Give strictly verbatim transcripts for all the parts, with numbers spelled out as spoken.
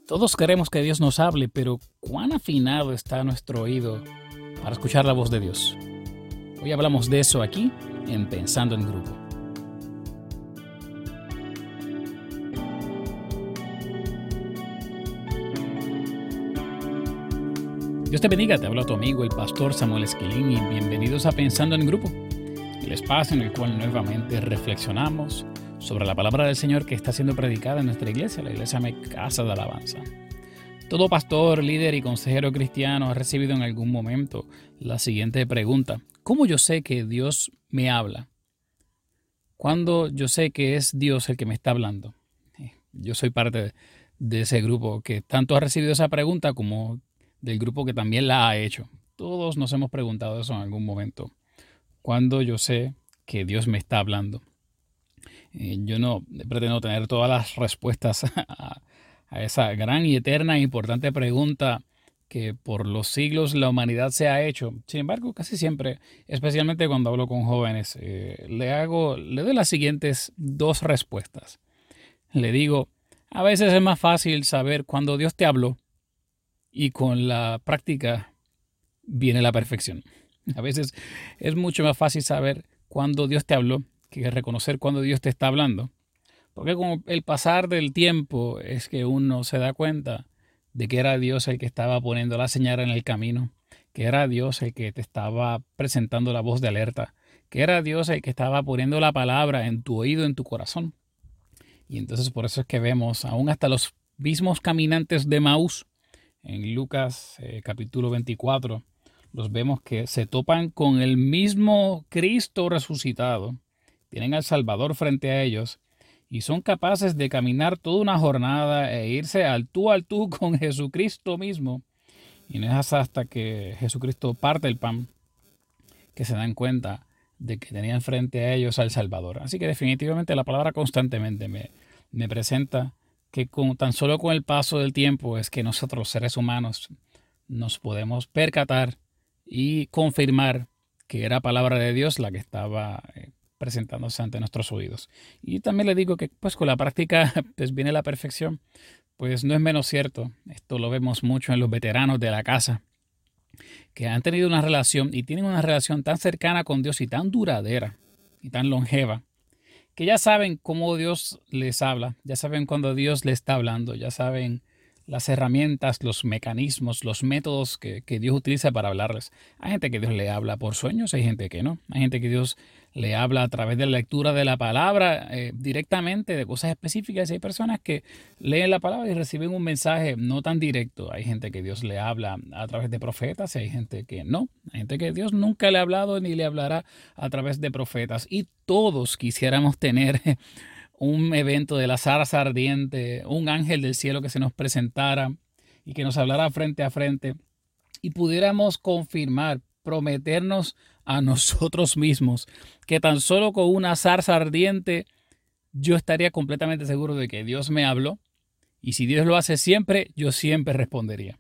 Todos queremos que Dios nos hable, pero ¿cuán afinado está nuestro oído para escuchar la voz de Dios? Hoy hablamos de eso aquí en Pensando en Grupo. Dios te bendiga, te habla tu amigo el pastor Samuel Esquilín y bienvenidos a Pensando en Grupo, el espacio en el cual nuevamente reflexionamos sobre la palabra del Señor que está siendo predicada en nuestra iglesia, la iglesia Casa de Alabanza. Todo pastor, líder y consejero cristiano ha recibido en algún momento la siguiente pregunta: ¿cómo yo sé que Dios me habla? ¿Cuándo yo sé que es Dios el que me está hablando? Yo soy parte de ese grupo que tanto ha recibido esa pregunta como del grupo que también la ha hecho. Todos nos hemos preguntado eso en algún momento. ¿Cuándo yo sé que Dios me está hablando? Eh, yo no pretendo tener todas las respuestas a, a esa gran y eterna e importante pregunta que por los siglos la humanidad se ha hecho. Sin embargo, casi siempre, especialmente cuando hablo con jóvenes, eh, le hago, le doy las siguientes dos respuestas. Le digo, a veces es más fácil saber cuándo Dios te habló, y con la práctica viene la perfección. A veces es mucho más fácil saber cuándo Dios te habló que reconocer cuándo Dios te está hablando. Porque con el pasar del tiempo es que uno se da cuenta de que era Dios el que estaba poniendo la señal en el camino, que era Dios el que te estaba presentando la voz de alerta, que era Dios el que estaba poniendo la palabra en tu oído, en tu corazón. Y entonces por eso es que vemos aún hasta los mismos caminantes de Maús, en Lucas eh, capítulo veinticuatro, los vemos que se topan con el mismo Cristo resucitado, tienen al Salvador frente a ellos y son capaces de caminar toda una jornada e irse al tú al tú con Jesucristo mismo. Y no es hasta que Jesucristo parte el pan que se dan cuenta de que tenían frente a ellos al Salvador. Así que definitivamente la palabra constantemente me, me presenta que con, tan solo con el paso del tiempo es que nosotros, seres humanos, nos podemos percatar y confirmar que era palabra de Dios la que estaba eh, presentándose ante nuestros oídos. Y también le digo que pues con la práctica pues viene la perfección. Pues no es menos cierto. Esto lo vemos mucho en los veteranos de la casa, que han tenido una relación y tienen una relación tan cercana con Dios y tan duradera y tan longeva, que ya saben cómo Dios les habla, ya saben cuando Dios les está hablando, ya saben las herramientas, los mecanismos, los métodos que, que Dios utiliza para hablarles. Hay gente que Dios le habla por sueños, hay gente que no. Hay gente que Dios le habla a través de la lectura de la palabra eh, directamente, de cosas específicas. Y hay personas que leen la palabra y reciben un mensaje no tan directo. Hay gente que Dios le habla a través de profetas y hay gente que no. Hay gente que Dios nunca le ha hablado ni le hablará a través de profetas. Y todos quisiéramos tener un evento de la zarza ardiente, un ángel del cielo que se nos presentara y que nos hablara frente a frente y pudiéramos confirmar, prometernos a nosotros mismos que tan solo con una zarza ardiente yo estaría completamente seguro de que Dios me habló, y si Dios lo hace siempre, yo siempre respondería.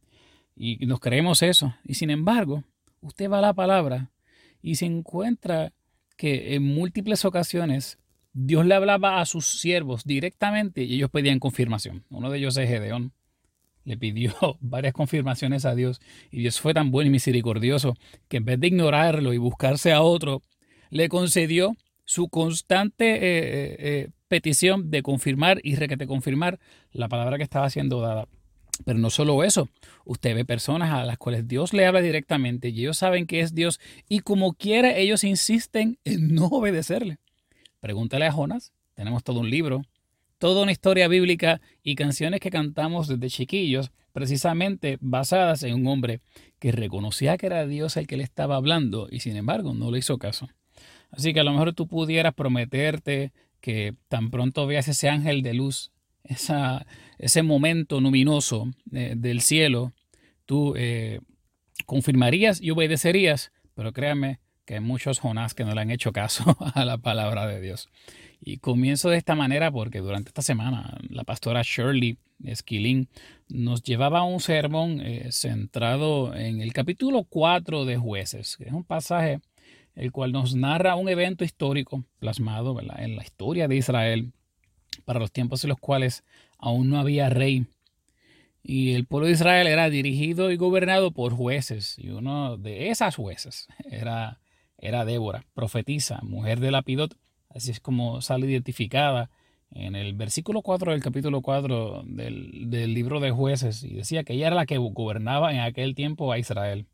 Y nos creemos eso. Y sin embargo, usted va a la palabra y se encuentra que en múltiples ocasiones Dios le hablaba a sus siervos directamente y ellos pedían confirmación. Uno de ellos es Gedeón. Le pidió varias confirmaciones a Dios y Dios fue tan bueno y misericordioso que en vez de ignorarlo y buscarse a otro, le concedió su constante eh, eh, eh, petición de confirmar y requete confirmar la palabra que estaba siendo dada. Pero no solo eso, usted ve personas a las cuales Dios le habla directamente y ellos saben que es Dios y como quiera ellos insisten en no obedecerle. Pregúntale a Jonás, tenemos todo un libro, toda una historia bíblica y canciones que cantamos desde chiquillos, precisamente basadas en un hombre que reconocía que era Dios el que le estaba hablando y sin embargo no le hizo caso. Así que a lo mejor tú pudieras prometerte que tan pronto veas ese ángel de luz, esa, ese momento luminoso eh, del cielo, tú eh, confirmarías y obedecerías, pero créame que hay muchos Jonás que no le han hecho caso a la palabra de Dios. Y comienzo de esta manera porque durante esta semana la pastora Shirley Esquilín nos llevaba un sermón eh, centrado en el capítulo cuatro de Jueces, que es un pasaje el cual nos narra un evento histórico plasmado, ¿verdad?, en la historia de Israel para los tiempos en los cuales aún no había rey Y el pueblo de Israel era dirigido y gobernado por jueces. Y uno de esas jueces era, era Débora, profetisa, mujer de Lapidot. Así es como sale identificada en el versículo cuatro del capítulo cuatro del, del libro de Jueces. Y decía que ella era la que gobernaba en aquel tiempo a Israel.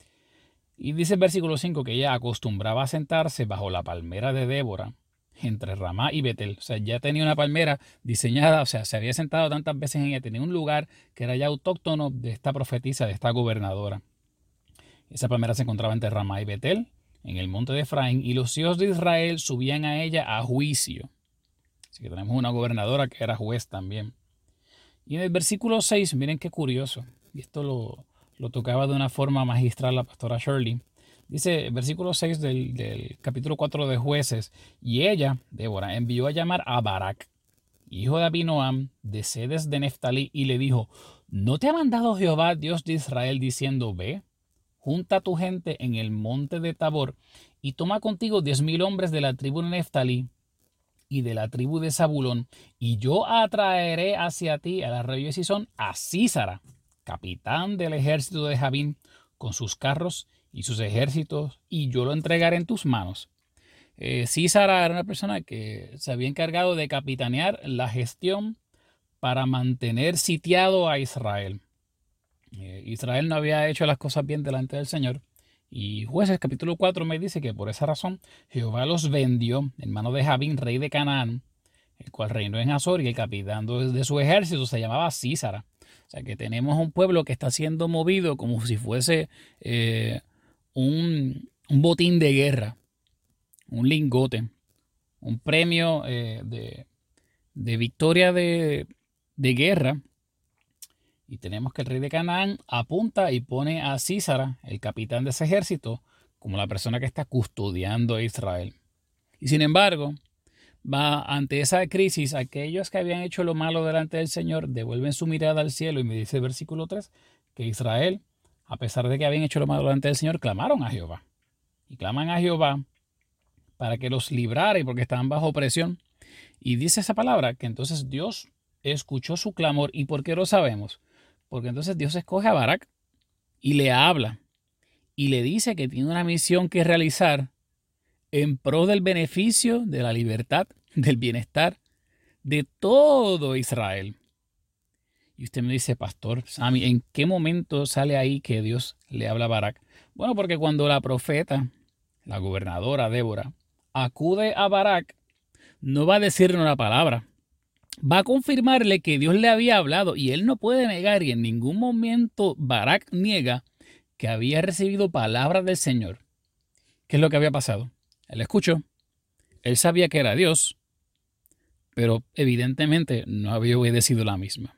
Y dice el versículo cinco que ella acostumbraba a sentarse bajo la palmera de Débora entre Ramá y Betel. O sea, ya tenía una palmera diseñada, o sea, se había sentado tantas veces en ella, tenía un lugar que era ya autóctono de esta profetisa, de esta gobernadora. Esa palmera se encontraba entre Ramá y Betel, en el monte de Efraín, y los hijos de Israel subían a ella a juicio. Así que tenemos una gobernadora que era juez también. Y en el versículo seis, miren qué curioso, y esto lo, lo tocaba de una forma magistral la pastora Shirley. Dice el versículo seis del, del capítulo cuatro de Jueces, y ella, Débora, envió a llamar a Barak, hijo de Abinoam, de Sedes de Neftalí, y le dijo, ¿no te ha mandado Jehová, Dios de Israel, diciendo, ve, junta a tu gente en el monte de Tabor, y toma contigo diez mil hombres de la tribu de Neftalí y de la tribu de Zabulón, y yo atraeré hacia ti al arroyo de Sison a Sísara, capitán del ejército de Jabín, con sus carros y sus ejércitos, y yo lo entregaré en tus manos. Eh, Sísara era una persona que se había encargado de capitanear la gestión para mantener sitiado a Israel. Eh, Israel no había hecho las cosas bien delante del Señor. Y Jueces capítulo cuatro me dice que por esa razón Jehová los vendió en mano de Jabín, rey de Canaán, el cual reinó en Azor, y el capitán de su ejército se llamaba Sísara. O sea que tenemos un pueblo que está siendo movido como si fuese eh, un, un botín de guerra, un lingote, un premio eh, de, de victoria de, de guerra. Y tenemos que el rey de Canaán apunta y pone a Sísara, el capitán de ese ejército, como la persona que está custodiando a Israel. Y sin embargo, va ante esa crisis, aquellos que habían hecho lo malo delante del Señor devuelven su mirada al cielo, y me dice el versículo tres que Israel, a pesar de que habían hecho lo malo delante del Señor, clamaron a Jehová. Y claman a Jehová para que los librara, y porque estaban bajo presión. Y dice esa palabra que entonces Dios escuchó su clamor. ¿Y por qué lo sabemos? Porque entonces Dios escoge a Barak y le habla y le dice que tiene una misión que realizar en pro del beneficio, de la libertad, del bienestar de todo Israel. Y usted me dice, Pastor Sammy, ¿en qué momento sale ahí que Dios le habla a Barak? Bueno, porque cuando la profeta, la gobernadora Débora, acude a Barak, no va a decirle una palabra. Va a confirmarle que Dios le había hablado, y él no puede negar, y en ningún momento Barak niega que había recibido palabras del Señor. ¿Qué es lo que había pasado? Él escuchó, él sabía que era Dios, pero evidentemente no había obedecido la misma.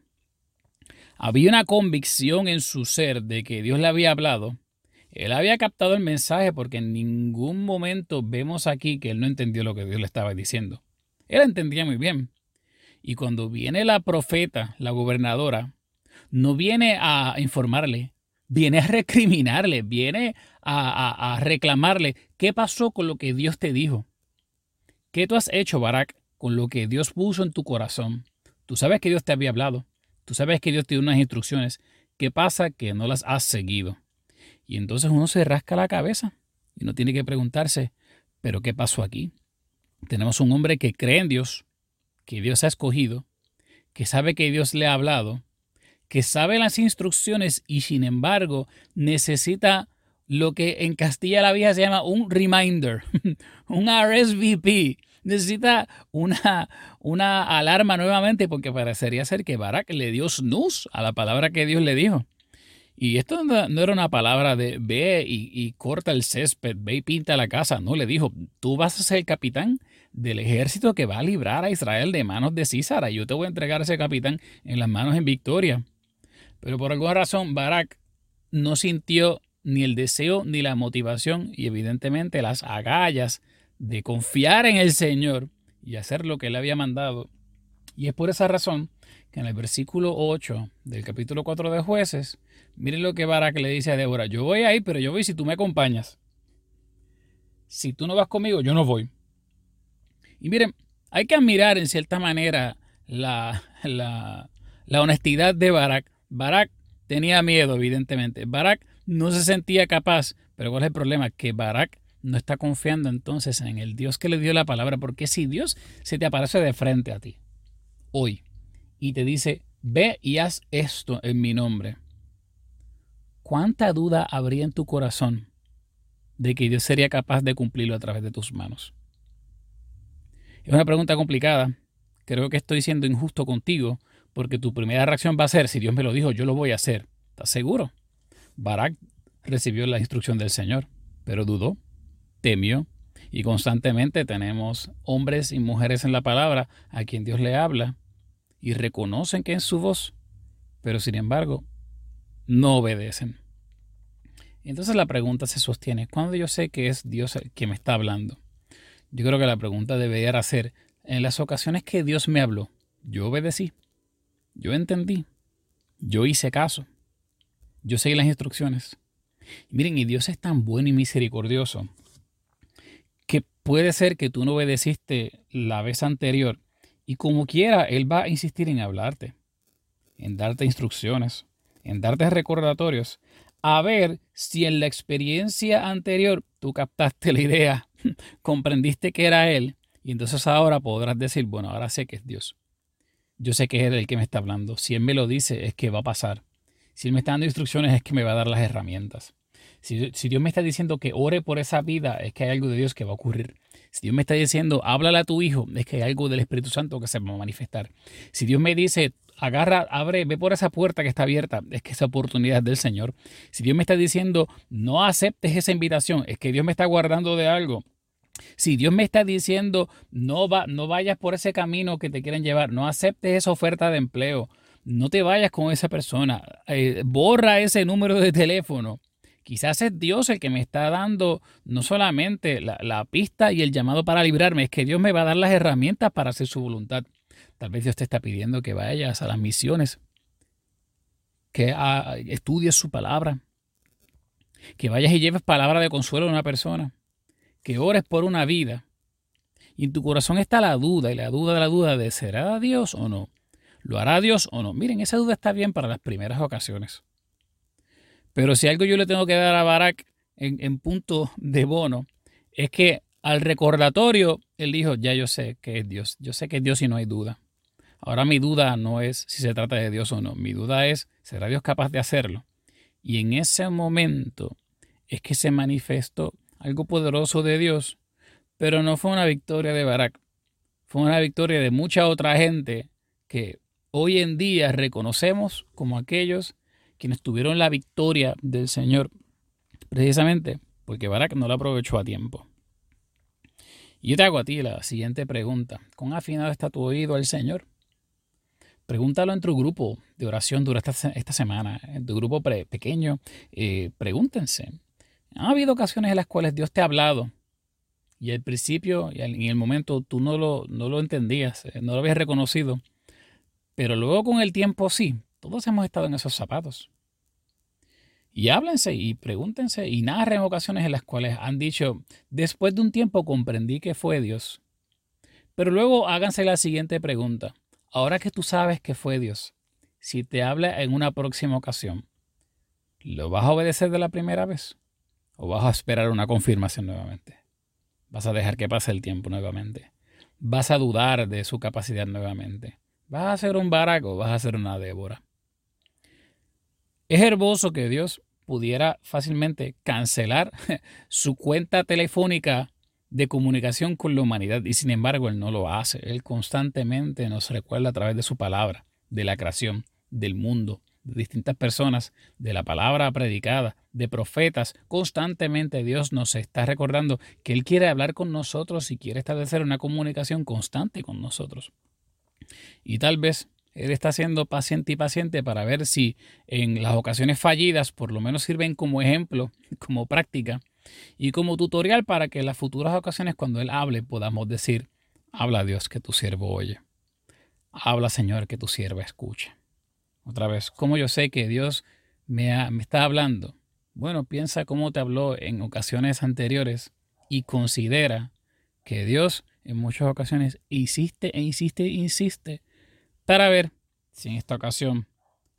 Había una convicción en su ser de que Dios le había hablado. Él había captado el mensaje, porque en ningún momento vemos aquí que él no entendió lo que Dios le estaba diciendo. Él entendía muy bien. Y cuando viene la profeta, la gobernadora, no viene a informarle, viene a recriminarle, viene a, a, a reclamarle qué pasó con lo que Dios te dijo. ¿Qué tú has hecho, Barak, con lo que Dios puso en tu corazón? Tú sabes que Dios te había hablado, tú sabes que Dios te dio unas instrucciones. ¿Qué pasa que no las has seguido? Y entonces uno se rasca la cabeza y uno tiene que preguntarse, ¿pero qué pasó aquí? Tenemos un hombre que cree en Dios, que Dios ha escogido, que sabe que Dios le ha hablado, que sabe las instrucciones, y sin embargo necesita lo que en Castilla la Vieja se llama un reminder, un R S V P. Necesita una, una alarma nuevamente, porque parecería ser que Barak le dio snooze a la palabra que Dios le dijo. Y esto no, no era una palabra de ve y, y corta el césped, ve y pinta la casa. No, le dijo, tú vas a ser el capitán del ejército que va a librar a Israel de manos de Sísara. Yo te voy a entregar a ese capitán en las manos en victoria. Pero por alguna razón Barak no sintió ni el deseo ni la motivación, y evidentemente las agallas de confiar en el Señor y hacer lo que él había mandado. Y es por esa razón que en el versículo ocho del capítulo cuatro de Jueces, miren lo que Barak le dice a Débora: yo voy ahí, pero yo voy si tú me acompañas. Si tú no vas conmigo, yo no voy. Y miren, hay que admirar en cierta manera la, la, la honestidad de Barak. Barak tenía miedo, evidentemente. Barak no se sentía capaz, pero ¿cuál es el problema? Que Barak no está confiando entonces en el Dios que le dio la palabra, porque si Dios se te aparece de frente a ti hoy y te dice, ve y haz esto en mi nombre, ¿cuánta duda habría en tu corazón de que Dios sería capaz de cumplirlo a través de tus manos? Es una pregunta complicada. Creo que estoy siendo injusto contigo porque tu primera reacción va a ser, si Dios me lo dijo, yo lo voy a hacer. ¿Estás seguro? Barak recibió la instrucción del Señor, pero dudó, temió, y constantemente tenemos hombres y mujeres en la palabra a quien Dios le habla y reconocen que es su voz, pero sin embargo no obedecen. Entonces la pregunta se sostiene, ¿cuándo yo sé que es Dios el que me está hablando? Yo creo que la pregunta debería ser, en las ocasiones que Dios me habló, yo obedecí, yo entendí, yo hice caso, yo seguí las instrucciones. Y miren, y Dios es tan bueno y misericordioso que puede ser que tú no obedeciste la vez anterior y como quiera, Él va a insistir en hablarte, en darte instrucciones, en darte recordatorios, a ver si en la experiencia anterior tú captaste la idea, comprendiste que era Él y entonces ahora podrás decir, bueno, ahora sé que es Dios. Yo sé que es Él el que me está hablando. Si Él me lo dice, es que va a pasar. Si Él me está dando instrucciones, es que me va a dar las herramientas. Si, si Dios me está diciendo que ore por esa vida, es que hay algo de Dios que va a ocurrir. Si Dios me está diciendo, háblale a tu hijo, es que hay algo del Espíritu Santo que se va a manifestar. Si Dios me dice, agarra, abre, ve por esa puerta que está abierta, es que esa oportunidad es del Señor. Si Dios me está diciendo, no aceptes esa invitación, es que Dios me está guardando de algo. Si Dios me está diciendo, no, va, no vayas por ese camino que te quieren llevar, no aceptes esa oferta de empleo, no te vayas con esa persona, eh, borra ese número de teléfono. Quizás es Dios el que me está dando no solamente la, la pista y el llamado para librarme, es que Dios me va a dar las herramientas para hacer su voluntad. Tal vez Dios te está pidiendo que vayas a las misiones, que a, estudies su palabra, que vayas y lleves palabra de consuelo a una persona, que ores por una vida y en tu corazón está la duda y la duda de la duda de ¿será Dios o no? ¿Lo hará Dios o no? Miren, esa duda está bien para las primeras ocasiones. Pero si algo yo le tengo que dar a Barak en, en punto de bono es que al recordatorio él dijo, ya yo sé que es Dios, yo sé que es Dios y no hay duda. Ahora mi duda no es si se trata de Dios o no, mi duda es, ¿será Dios capaz de hacerlo? Y en ese momento es que se manifestó algo poderoso de Dios, pero no fue una victoria de Barak, fue una victoria de mucha otra gente que hoy en día reconocemos como aquellos quienes tuvieron la victoria del Señor, precisamente porque Barak no la aprovechó a tiempo. Y yo te hago a ti la siguiente pregunta. ¿Cuán afinado está tu oído al Señor? Pregúntalo en tu grupo de oración durante esta, esta semana, en tu grupo pre, pequeño. Eh, pregúntense. ¿Ha habido ocasiones en las cuales Dios te ha hablado y al principio y en el momento tú no lo, no lo entendías, no lo habías reconocido, pero luego con el tiempo sí? Todos hemos estado en esos zapatos. Y háblense y pregúntense y narren ocasiones en las cuales han dicho, después de un tiempo comprendí que fue Dios. Pero luego háganse la siguiente pregunta. Ahora que tú sabes que fue Dios, si te habla en una próxima ocasión, ¿lo vas a obedecer de la primera vez? ¿O vas a esperar una confirmación nuevamente? ¿Vas a dejar que pase el tiempo nuevamente? ¿Vas a dudar de su capacidad nuevamente? ¿Vas a ser un Barak o vas a ser una Débora? Es hermoso que Dios pudiera fácilmente cancelar su cuenta telefónica de comunicación con la humanidad y sin embargo Él no lo hace. Él constantemente nos recuerda a través de su palabra, de la creación, del mundo, de distintas personas, de la palabra predicada, de profetas. Constantemente Dios nos está recordando que Él quiere hablar con nosotros y quiere establecer una comunicación constante con nosotros. Y tal vez Él está siendo paciente y paciente para ver si en las ocasiones fallidas por lo menos sirven como ejemplo, como práctica y como tutorial para que en las futuras ocasiones cuando Él hable podamos decir, habla Dios que tu siervo oye. Habla Señor que tu sierva escucha. Otra vez, ¿cómo yo sé que Dios me, ha, me está hablando? Bueno, piensa cómo te habló en ocasiones anteriores y considera que Dios en muchas ocasiones insiste e insiste e insiste para ver si en esta ocasión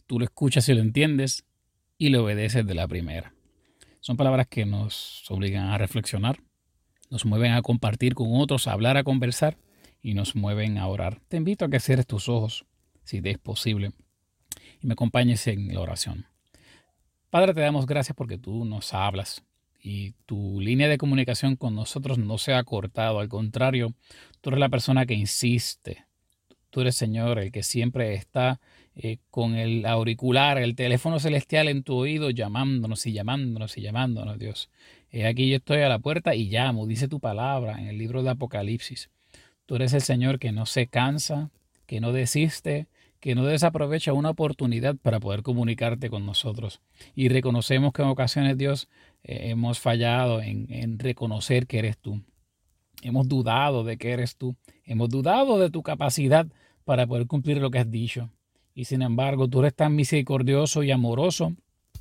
tú lo escuchas y lo entiendes y lo obedeces de la primera. Son palabras que nos obligan a reflexionar, nos mueven a compartir con otros, a hablar, a conversar y nos mueven a orar. Te invito a que cierres tus ojos, si te es posible, y me acompañes en la oración. Padre, te damos gracias porque tú nos hablas y tu línea de comunicación con nosotros no se ha cortado. Al contrario, tú eres la persona que insiste. Tú eres, Señor, el que siempre está eh, con el auricular, el teléfono celestial en tu oído, llamándonos y llamándonos y llamándonos, Dios. He aquí yo estoy a la puerta y llamo, dice tu palabra en el libro de Apocalipsis. Tú eres el Señor que no se cansa, que no desiste, que no desaprovecha una oportunidad para poder comunicarte con nosotros. Y reconocemos que en ocasiones, Dios, eh, hemos fallado en, en reconocer que eres tú. Hemos dudado de que eres tú. Hemos dudado de tu capacidad para poder cumplir lo que has dicho. Y sin embargo, tú eres tan misericordioso y amoroso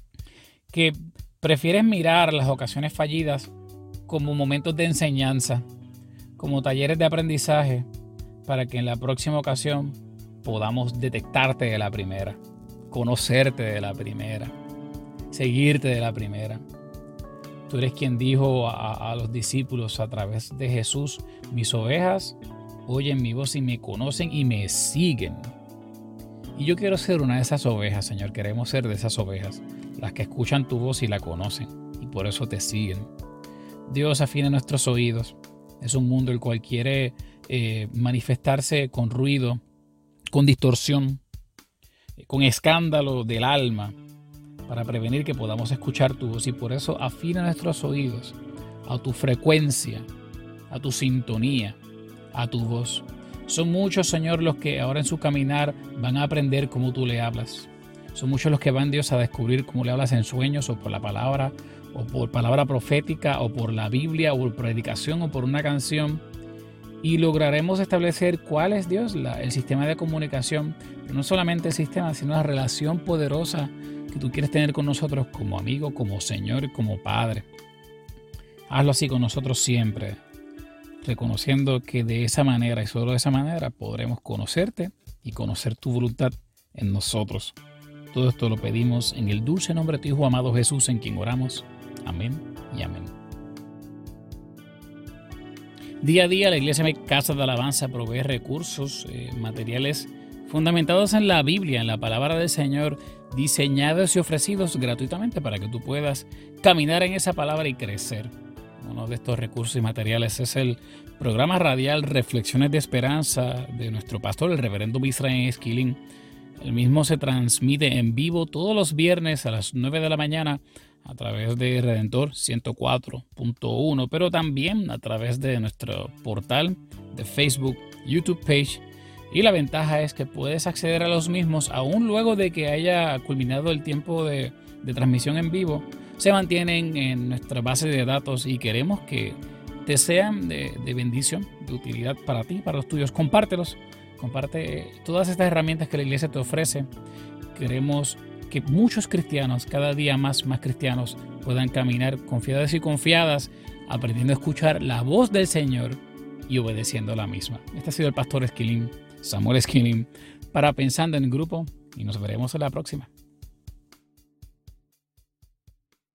que prefieres mirar las ocasiones fallidas como momentos de enseñanza, como talleres de aprendizaje, para que en la próxima ocasión podamos detectarte de la primera, conocerte de la primera, seguirte de la primera. Tú eres quien dijo a, a los discípulos a través de Jesús: mis ovejas oyen mi voz y me conocen y me siguen. Y yo quiero ser una de esas ovejas, Señor. Queremos ser de esas ovejas, las que escuchan tu voz y la conocen, y por eso te siguen. Dios, afina nuestros oídos. Es un mundo el cual quiere eh, manifestarse con ruido, con distorsión, con escándalo del alma, para prevenir que podamos escuchar tu voz. Y por eso afina nuestros oídos a tu frecuencia, a tu sintonía, a tu voz. Son muchos, Señor, los que ahora en su caminar van a aprender cómo tú le hablas. Son muchos los que van, Dios, a descubrir cómo le hablas en sueños, o por la palabra, o por palabra profética, o por la Biblia, o por predicación, o por una canción. Y lograremos establecer cuál es, Dios, la, el sistema de comunicación. Pero no solamente el sistema, sino la relación poderosa que tú quieres tener con nosotros como amigo, como Señor, como Padre. Hazlo así con nosotros siempre, reconociendo que de esa manera y solo de esa manera podremos conocerte y conocer tu voluntad en nosotros. Todo esto lo pedimos en el dulce nombre de tu Hijo amado Jesús, en quien oramos. Amén y amén. Día a día la Iglesia Casa de Alabanza provee recursos, eh, materiales fundamentados en la Biblia, en la palabra del Señor, diseñados y ofrecidos gratuitamente para que tú puedas caminar en esa palabra y crecer. Uno de estos recursos y materiales es el programa radial Reflexiones de Esperanza de nuestro pastor, el reverendo Israel Esquilín. El mismo se transmite en vivo todos los viernes a las nueve de la mañana a través de Redentor ciento cuatro punto uno, pero también a través de nuestro portal de Facebook, YouTube page. Y la ventaja es que puedes acceder a los mismos aún luego de que haya culminado el tiempo de, de transmisión en vivo. Se mantienen en nuestra base de datos y queremos que te sean de, de bendición, de utilidad para ti, para los tuyos. Compártelos, comparte todas estas herramientas que la iglesia te ofrece. Queremos que muchos cristianos, cada día más, más cristianos, puedan caminar confiados y confiadas, aprendiendo a escuchar la voz del Señor y obedeciendo la misma. Este ha sido el pastor Esquilín, Samuel Esquilín, para Pensando en Grupo, y nos veremos en la próxima.